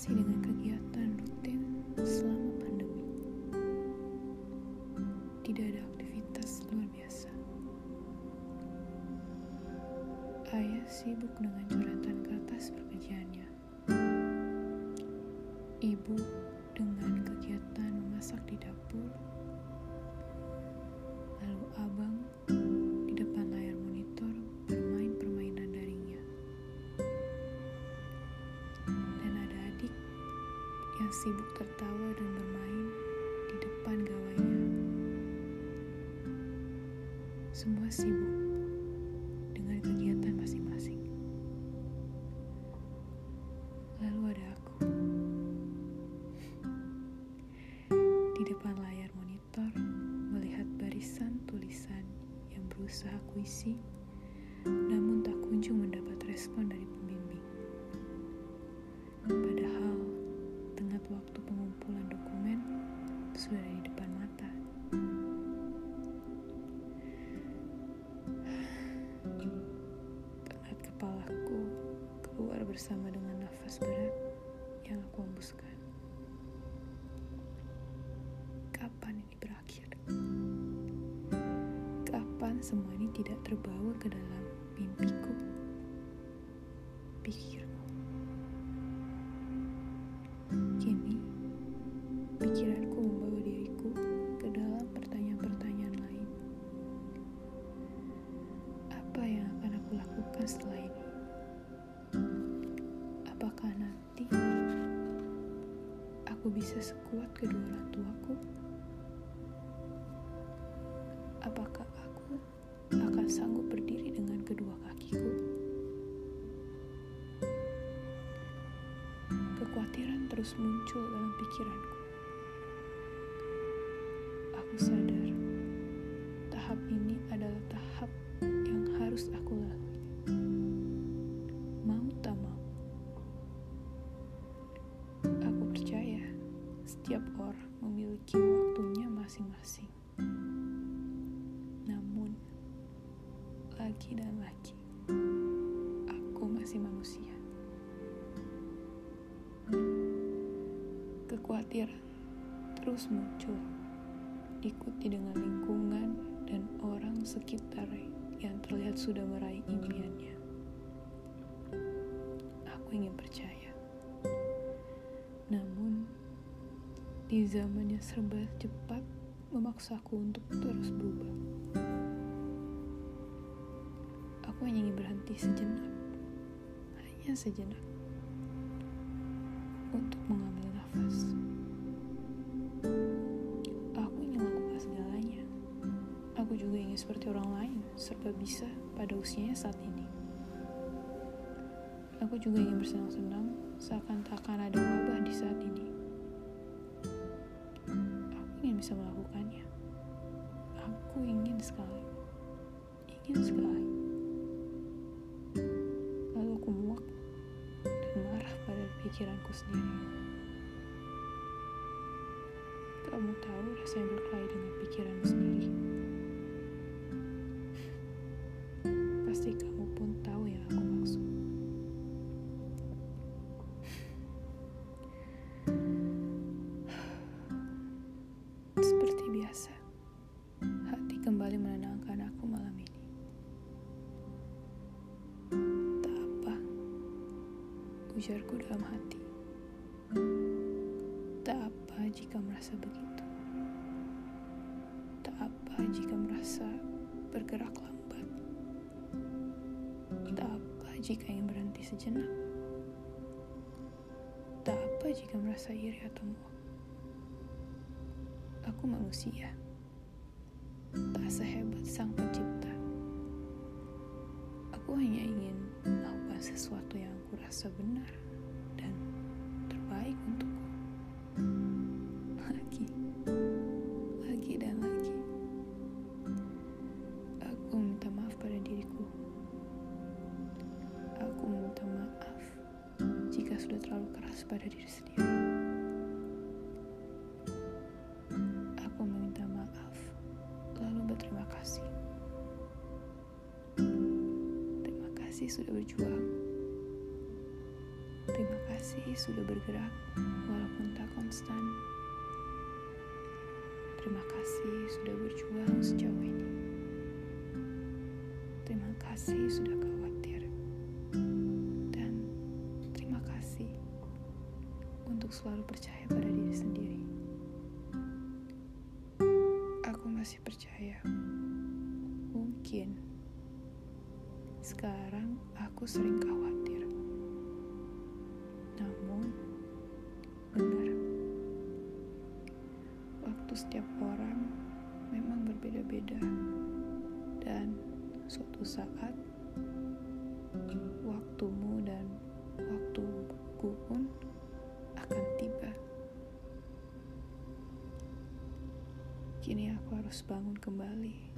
Masih dengan kegiatan rutin selama pandemi. Tidak ada aktivitas luar biasa. Ayah sibuk dengan coretan kertas pekerjaannya. Ibu dengan kegiatan memasak di dapur. Lalu abang di depan layar monitor bermain permainan daringnya. Dan ada adik yang sibuk tertawa dan bermain di depan gawainya. Semua sibuk dengan kegiatan masing-masing. Lalu ada aku di depan layar monitor melihat barisan tulisan yang berusaha kuisi, namun tak kunjung mendapat respon dari pembimbing. Padahal tengah waktu pengumpulan dokumen sudah di depan mata. Tengah kepalaku keluar bersama dengan nafas berat yang aku hembuskan. Kapan ini berakhir? Kapan semua ini tidak terbawa ke dalam mimpiku, pikirku? Kini, pikiranku membawa diriku ke dalam pertanyaan-pertanyaan lain. Apa yang akan aku lakukan setelah ini? Apakah nanti aku bisa sekuat kedua orang tuaku? Apakah aku akan sanggup berdiri dengan kedua kakiku? Kekhawatiran terus muncul dalam pikiranku. Aku sadar tahap ini adalah tahap yang harus aku lalui. Mau tak mau. Aku percaya setiap orang memiliki waktunya masing-masing. Namun, lagi dan lagi, aku masih manusia. Kekhawatiran terus muncul, diikuti dengan lingkungan dan orang sekitar yang terlihat sudah meraih impiannya. Aku ingin percaya. Namun, di zaman yang serba cepat memaksaku untuk terus berubah. Aku hanya ingin berhenti sejenak, hanya sejenak, untuk mengambil nafas. Aku ingin melakukan segalanya. Aku juga ingin seperti orang lain, serba bisa pada usianya saat ini. Aku juga ingin bersenang-senang seakan tak akan ada wabah di saat ini. Aku ingin bisa melakukannya. Aku ingin sekali. Lalu aku muak dan marah pada pikiranku sendiri. Kamu tahu rasanya berkelahi dengan pikiranmu sendiri. Pasti kamu pun tahu yang aku maksud. Seperti biasa, hati kembali menenangkan aku malam ini. Tak apa, ujarku dalam hati. Tak apa jika merasa begitu. Tak apa jika merasa bergerak lambat. Tak apa jika ingin berhenti sejenak. Tak apa jika merasa iri atau muak. Aku manusia, tak sehebat sang pencipta. Aku hanya ingin melakukan sesuatu yang aku rasa benar dan terbaik untukku. Lagi dan lagi. Aku minta maaf pada diriku. Aku minta maaf jika sudah terlalu keras pada diri sendiri. Aku meminta maaf, lalu berterima kasih. Terima kasih sudah berjuang. Terima kasih kasih sudah bergerak walaupun tak konstan. Terima kasih sudah berjuang sejauh ini. Terima kasih sudah khawatir. Dan terima kasih untuk selalu percaya pada diri sendiri. Aku masih percaya. Mungkin sekarang aku sering khawatir. Namun, benar. Waktu setiap orang memang berbeda-beda. Dan suatu saat, waktumu dan waktuku pun akan tiba. Kini aku harus bangun kembali.